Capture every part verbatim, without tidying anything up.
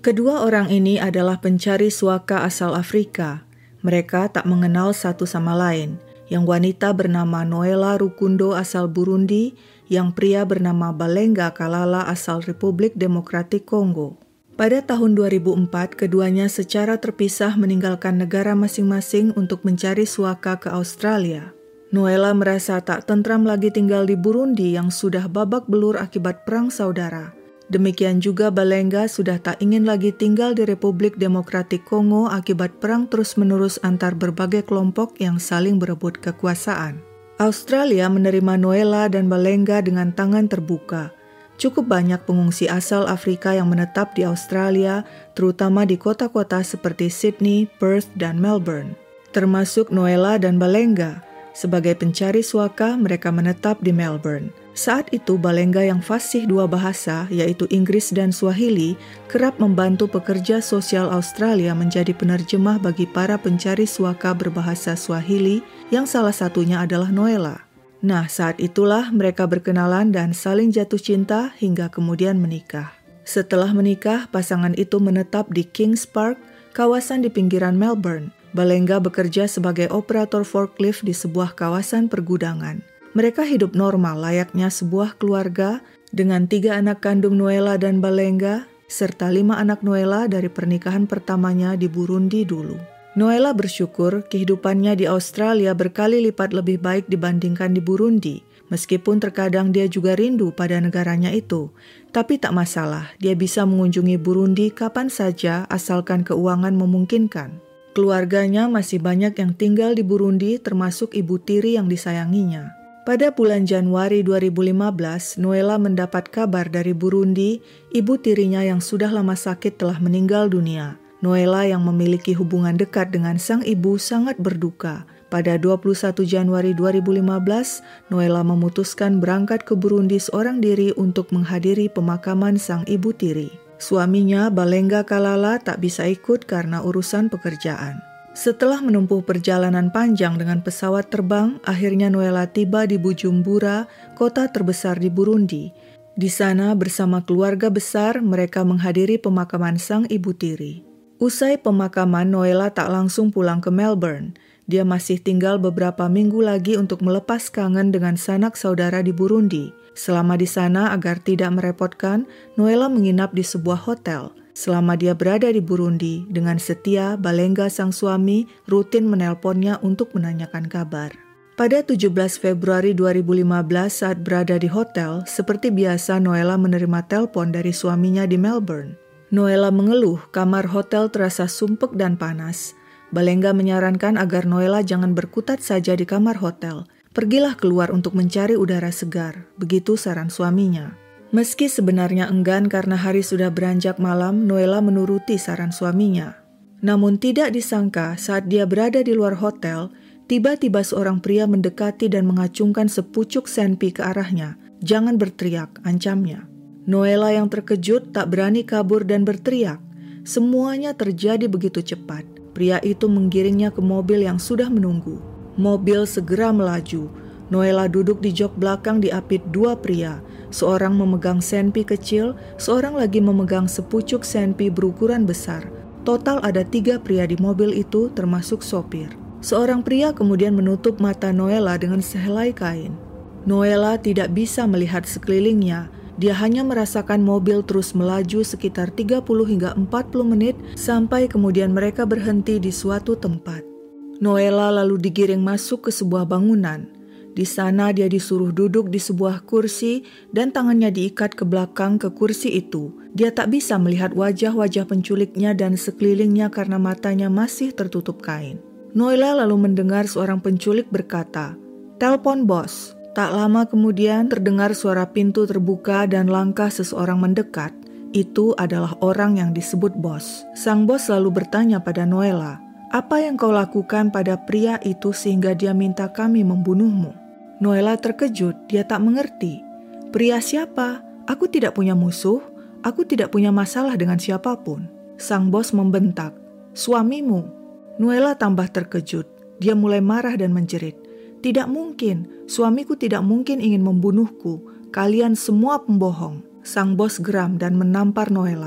Kedua orang ini adalah pencari suaka asal Afrika. Mereka tak mengenal satu sama lain. Yang wanita bernama Noela Rukundo asal Burundi, yang pria bernama Balenga Kalala asal Republik Demokratik Kongo. Pada tahun dua ribu empat, keduanya secara terpisah meninggalkan negara masing-masing untuk mencari suaka ke Australia. Noela merasa tak tentram lagi tinggal di Burundi yang sudah babak belur akibat perang saudara. Demikian juga Balenga sudah tak ingin lagi tinggal di Republik Demokratik Kongo akibat perang terus-menerus antar berbagai kelompok yang saling berebut kekuasaan. Australia menerima Noela dan Balenga dengan tangan terbuka. Cukup banyak pengungsi asal Afrika yang menetap di Australia, terutama di kota-kota seperti Sydney, Perth, dan Melbourne. Termasuk Noela dan Balenga. Sebagai pencari suaka, mereka menetap di Melbourne. Saat itu Balenga yang fasih dua bahasa, yaitu Inggris dan Swahili, kerap membantu pekerja sosial Australia menjadi penerjemah bagi para pencari suaka berbahasa Swahili, yang salah satunya adalah Noela. Nah, saat itulah mereka berkenalan dan saling jatuh cinta hingga kemudian menikah. Setelah menikah, pasangan itu menetap di Kings Park, kawasan di pinggiran Melbourne. Balenga bekerja sebagai operator forklift di sebuah kawasan pergudangan. Mereka hidup normal layaknya sebuah keluarga dengan tiga anak kandung Noela dan Balenga, serta lima anak Noela dari pernikahan pertamanya di Burundi dulu. Noela bersyukur kehidupannya di Australia berkali lipat lebih baik dibandingkan di Burundi, meskipun terkadang dia juga rindu pada negaranya itu. Tapi tak masalah, dia bisa mengunjungi Burundi kapan saja asalkan keuangan memungkinkan. Keluarganya masih banyak yang tinggal di Burundi, termasuk ibu tiri yang disayanginya. Pada bulan Januari dua ribu lima belas, Noela mendapat kabar dari Burundi, ibu tirinya yang sudah lama sakit telah meninggal dunia. Noela yang memiliki hubungan dekat dengan sang ibu sangat berduka. Pada dua puluh satu Januari dua ribu lima belas, Noela memutuskan berangkat ke Burundi seorang diri untuk menghadiri pemakaman sang ibu tiri. Suaminya, Balenga Kalala, tak bisa ikut karena urusan pekerjaan. Setelah menempuh perjalanan panjang dengan pesawat terbang, akhirnya Noela tiba di Bujumbura, kota terbesar di Burundi. Di sana bersama keluarga besar, mereka menghadiri pemakaman sang ibu tiri. Usai pemakaman, Noela tak langsung pulang ke Melbourne. Dia masih tinggal beberapa minggu lagi untuk melepas kangen dengan sanak saudara di Burundi. Selama di sana, agar tidak merepotkan, Noela menginap di sebuah hotel. Selama dia berada di Burundi, dengan setia, Balenga sang suami rutin menelponnya untuk menanyakan kabar. Pada tujuh belas Februari dua ribu lima belas saat berada di hotel, seperti biasa Noela menerima telepon dari suaminya di Melbourne. Noela mengeluh kamar hotel terasa sumpek dan panas. Balenga menyarankan agar Noela jangan berkutat saja di kamar hotel. Pergilah keluar untuk mencari udara segar, begitu saran suaminya. Meski sebenarnya enggan karena hari sudah beranjak malam, Noela menuruti saran suaminya. Namun tidak disangka saat dia berada di luar hotel, tiba-tiba seorang pria mendekati dan mengacungkan sepucuk senpi ke arahnya. Jangan berteriak, ancamnya. Noela yang terkejut tak berani kabur dan berteriak. Semuanya terjadi begitu cepat. Pria itu menggiringnya ke mobil yang sudah menunggu. Mobil segera melaju. Noela duduk di jok belakang diapit dua pria. Seorang memegang senpi kecil, seorang lagi memegang sepucuk senpi berukuran besar. Total ada tiga pria di mobil itu termasuk sopir. Seorang pria kemudian menutup mata Noela dengan sehelai kain. Noela tidak bisa melihat sekelilingnya. Dia hanya merasakan mobil terus melaju sekitar tiga puluh hingga empat puluh menit sampai kemudian mereka berhenti di suatu tempat. Noela lalu digiring masuk ke sebuah bangunan. Di sana dia disuruh duduk di sebuah kursi dan tangannya diikat ke belakang ke kursi itu. Dia tak bisa melihat wajah-wajah penculiknya dan sekelilingnya karena matanya masih tertutup kain. Noela lalu mendengar seorang penculik berkata, "Telepon bos." Tak lama kemudian terdengar suara pintu terbuka dan langkah seseorang mendekat. Itu adalah orang yang disebut bos. Sang bos lalu bertanya pada Noela, "Apa yang kau lakukan pada pria itu sehingga dia minta kami membunuhmu?" Noela terkejut, dia tak mengerti. "Pria siapa? Aku tidak punya musuh. Aku tidak punya masalah dengan siapapun." Sang bos membentak, "Suamimu." Noela tambah terkejut. Dia mulai marah dan menjerit, "Tidak mungkin, suamiku tidak mungkin ingin membunuhku. Kalian semua pembohong." Sang bos geram dan menampar Noela.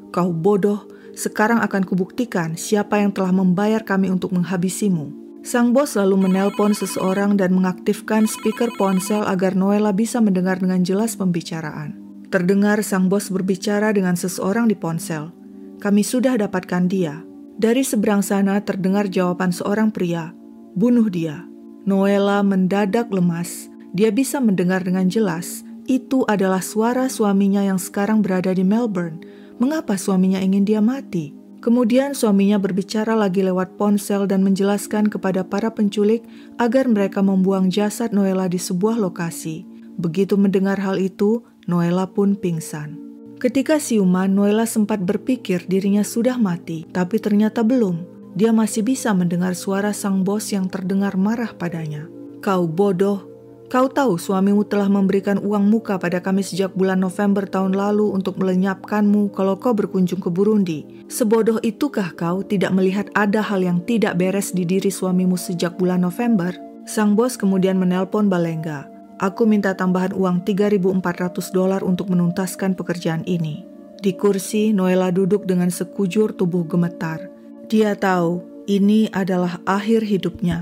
Kau bodoh, sekarang akan kubuktikan siapa yang telah membayar kami untuk menghabisimu. Sang bos lalu menelpon seseorang dan mengaktifkan speaker ponsel agar Noella bisa mendengar dengan jelas pembicaraan. Terdengar sang bos berbicara dengan seseorang di ponsel. Kami sudah dapatkan dia. Dari seberang sana terdengar jawaban seorang pria, bunuh dia. Noella mendadak lemas. Dia bisa mendengar dengan jelas. Itu adalah suara suaminya yang sekarang berada di Melbourne. Mengapa suaminya ingin dia mati? Kemudian suaminya berbicara lagi lewat ponsel dan menjelaskan kepada para penculik agar mereka membuang jasad Noella di sebuah lokasi. Begitu mendengar hal itu, Noella pun pingsan. Ketika siuman, Noella sempat berpikir dirinya sudah mati, tapi ternyata belum. Dia masih bisa mendengar suara sang bos yang terdengar marah padanya. Kau bodoh. Kau tahu suamimu telah memberikan uang muka pada kami sejak bulan November tahun lalu untuk melenyapkanmu kalau kau berkunjung ke Burundi. Sebodoh itukah kau tidak melihat ada hal yang tidak beres di diri suamimu sejak bulan November? Sang bos kemudian menelpon Balenga. Aku minta tambahan uang tiga ribu empat ratus dolar untuk menuntaskan pekerjaan ini. Di kursi, Noella duduk dengan sekujur tubuh gemetar. Dia tahu ini adalah akhir hidupnya.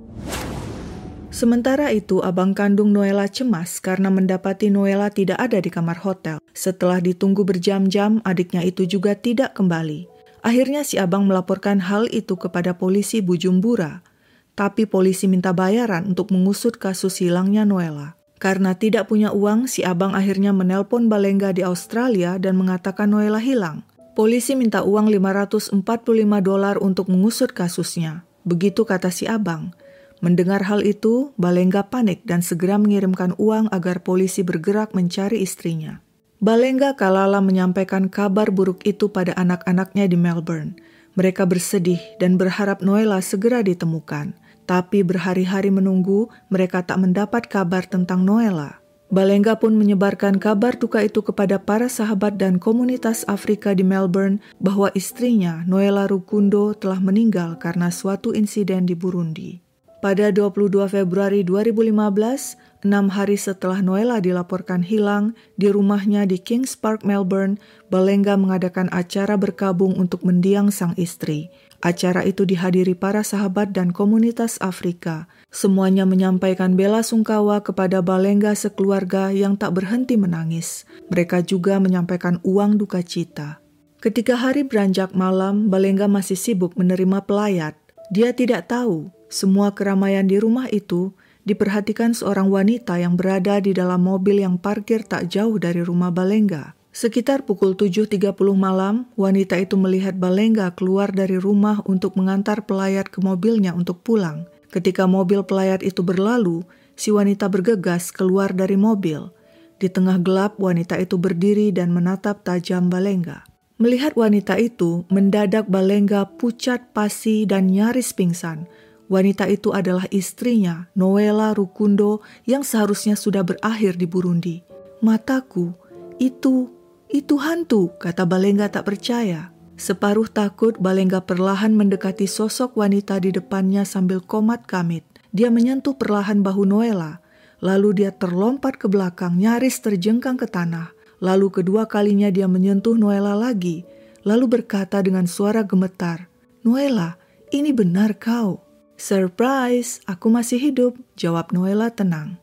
Sementara itu, abang kandung Noella cemas karena mendapati Noella tidak ada di kamar hotel. Setelah ditunggu berjam-jam, adiknya itu juga tidak kembali. Akhirnya si abang melaporkan hal itu kepada polisi Bujumbura. Tapi polisi minta bayaran untuk mengusut kasus hilangnya Noella. Karena tidak punya uang, si abang akhirnya menelpon Balenga di Australia dan mengatakan Noella hilang. Polisi minta uang lima ratus empat puluh lima dolar untuk mengusut kasusnya. Begitu kata si abang. Mendengar hal itu, Balenga panik dan segera mengirimkan uang agar polisi bergerak mencari istrinya. Balenga kalala menyampaikan kabar buruk itu pada anak-anaknya di Melbourne. Mereka bersedih dan berharap Noella segera ditemukan. Tapi berhari-hari menunggu, mereka tak mendapat kabar tentang Noella. Balenga pun menyebarkan kabar duka itu kepada para sahabat dan komunitas Afrika di Melbourne bahwa istrinya, Noella Rukundo, telah meninggal karena suatu insiden di Burundi. Pada dua puluh dua Februari dua ribu lima belas, enam hari setelah Noella dilaporkan hilang, di rumahnya di Kings Park, Melbourne, Balenga mengadakan acara berkabung untuk mendiang sang istri. Acara itu dihadiri para sahabat dan komunitas Afrika. Semuanya menyampaikan bela sungkawa kepada Balenga sekeluarga yang tak berhenti menangis. Mereka juga menyampaikan uang duka cita. Ketika hari beranjak malam, Balenga masih sibuk menerima pelayat. Dia tidak tahu semua keramaian di rumah itu diperhatikan seorang wanita yang berada di dalam mobil yang parkir tak jauh dari rumah Balenga. Sekitar pukul tujuh tiga puluh malam, wanita itu melihat Balenga keluar dari rumah untuk mengantar pelayat ke mobilnya untuk pulang. Ketika mobil pelayat itu berlalu, si wanita bergegas keluar dari mobil. Di tengah gelap, wanita itu berdiri dan menatap tajam Balenga. Melihat wanita itu, mendadak Balenga pucat pasi dan nyaris pingsan. Wanita itu adalah istrinya, Noella Rukundo, yang seharusnya sudah berakhir di Burundi. Mataku, itu, itu hantu, kata Balenga tak percaya. Separuh takut, Balenga perlahan mendekati sosok wanita di depannya sambil komat kamit. Dia menyentuh perlahan bahu Noella, lalu dia terlompat ke belakang, nyaris terjengkang ke tanah. Lalu kedua kalinya dia menyentuh Noella lagi, lalu berkata dengan suara gemetar, Noella, ini benar kau. Surprise, aku masih hidup, jawab Noella tenang.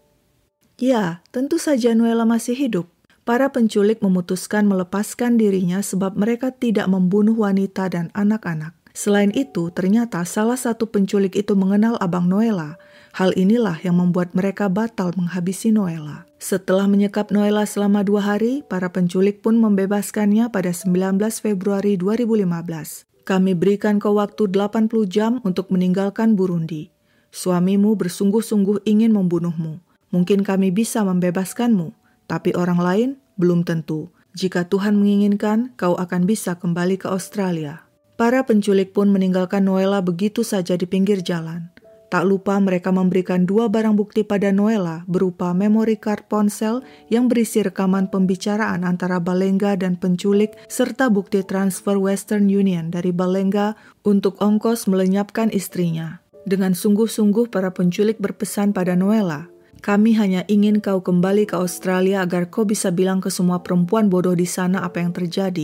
Ya, tentu saja Noella masih hidup. Para penculik memutuskan melepaskan dirinya sebab mereka tidak membunuh wanita dan anak-anak. Selain itu, ternyata salah satu penculik itu mengenal abang Noella. Hal inilah yang membuat mereka batal menghabisi Noella. Setelah menyekap Noella selama dua hari, para penculik pun membebaskannya pada sembilan belas Februari dua ribu lima belas. Kami berikan kau waktu delapan puluh jam untuk meninggalkan Burundi. Suamimu bersungguh-sungguh ingin membunuhmu. Mungkin kami bisa membebaskanmu, tapi orang lain belum tentu. Jika Tuhan menginginkan, kau akan bisa kembali ke Australia. Para penculik pun meninggalkan Noella begitu saja di pinggir jalan. Tak lupa mereka memberikan dua barang bukti pada Noella berupa memory card ponsel yang berisi rekaman pembicaraan antara Balenga dan penculik serta bukti transfer Western Union dari Balenga untuk ongkos melenyapkan istrinya. Dengan sungguh-sungguh para penculik berpesan pada Noella, kami hanya ingin kau kembali ke Australia agar kau bisa bilang ke semua perempuan bodoh di sana apa yang terjadi.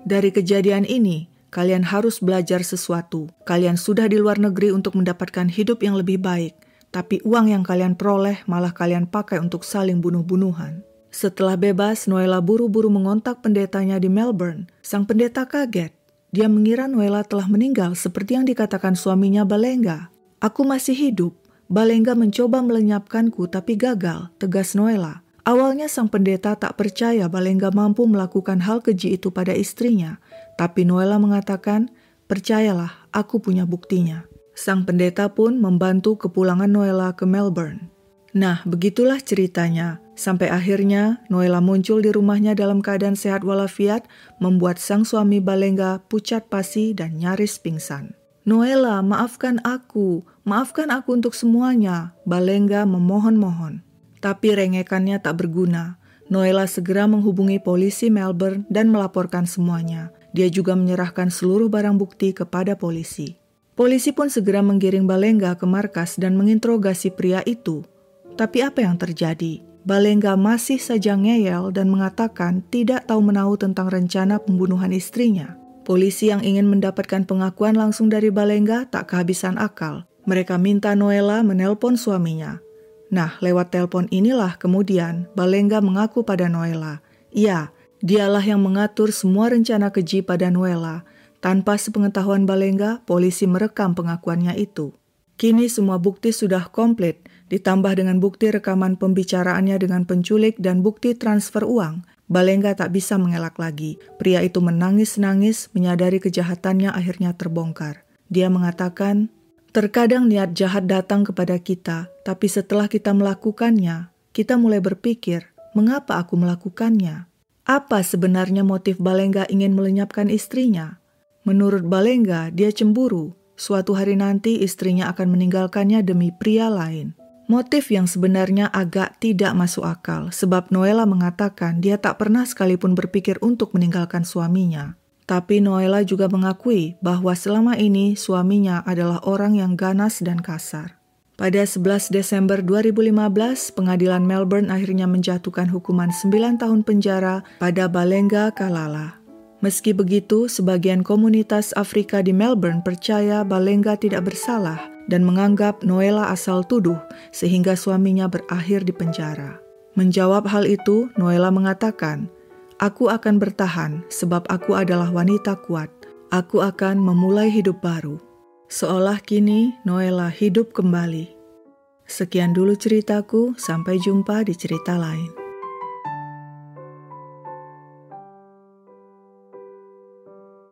Dari kejadian ini, kalian harus belajar sesuatu. Kalian sudah di luar negeri untuk mendapatkan hidup yang lebih baik, tapi uang yang kalian peroleh malah kalian pakai untuk saling bunuh-bunuhan. Setelah bebas, Noella buru-buru mengontak pendetanya di Melbourne. Sang pendeta kaget. Dia mengira Noella telah meninggal seperti yang dikatakan suaminya Balenga. "Aku masih hidup. Balenga mencoba melenyapkanku tapi gagal," tegas Noella. Awalnya sang pendeta tak percaya Balenga mampu melakukan hal keji itu pada istrinya. Tapi Noella mengatakan, "Percayalah, aku punya buktinya." Sang pendeta pun membantu kepulangan Noella ke Melbourne. Nah, begitulah ceritanya. Sampai akhirnya Noella muncul di rumahnya dalam keadaan sehat walafiat, membuat sang suami Balenga pucat pasi dan nyaris pingsan. "Noella, maafkan aku. Maafkan aku untuk semuanya," Balenga memohon-mohon. Tapi rengekannya tak berguna. Noella segera menghubungi polisi Melbourne dan melaporkan semuanya. Dia juga menyerahkan seluruh barang bukti kepada polisi. Polisi pun segera menggiring Balenga ke markas dan menginterogasi pria itu. Tapi apa yang terjadi? Balenga masih saja ngeyel dan mengatakan tidak tahu menahu tentang rencana pembunuhan istrinya. Polisi yang ingin mendapatkan pengakuan langsung dari Balenga tak kehabisan akal. Mereka minta Noella menelpon suaminya. Nah, lewat telepon inilah kemudian Balenga mengaku pada Noella. Iya, dialah yang mengatur semua rencana keji pada Noella. Tanpa sepengetahuan Balenga, polisi merekam pengakuannya itu. Kini semua bukti sudah komplit, ditambah dengan bukti rekaman pembicaraannya dengan penculik dan bukti transfer uang. Balenga tak bisa mengelak lagi. Pria itu menangis-nangis, menyadari kejahatannya akhirnya terbongkar. Dia mengatakan, "Terkadang niat jahat datang kepada kita, tapi setelah kita melakukannya, kita mulai berpikir, mengapa aku melakukannya? Apa sebenarnya motif Balenga ingin melenyapkan istrinya? Menurut Balenga, dia cemburu. Suatu hari nanti istrinya akan meninggalkannya demi pria lain." Motif yang sebenarnya agak tidak masuk akal, sebab Noella mengatakan dia tak pernah sekalipun berpikir untuk meninggalkan suaminya. Tapi Noella juga mengakui bahwa selama ini suaminya adalah orang yang ganas dan kasar. Pada sebelas Desember dua ribu lima belas, pengadilan Melbourne akhirnya menjatuhkan hukuman sembilan tahun penjara pada Balenga Kalala. Meski begitu, sebagian komunitas Afrika di Melbourne percaya Balenga tidak bersalah dan menganggap Noella asal tuduh sehingga suaminya berakhir di penjara. Menjawab hal itu, Noella mengatakan, "Aku akan bertahan sebab aku adalah wanita kuat. Aku akan memulai hidup baru." Seolah kini Noella hidup kembali. Sekian dulu ceritaku, sampai jumpa di cerita lain.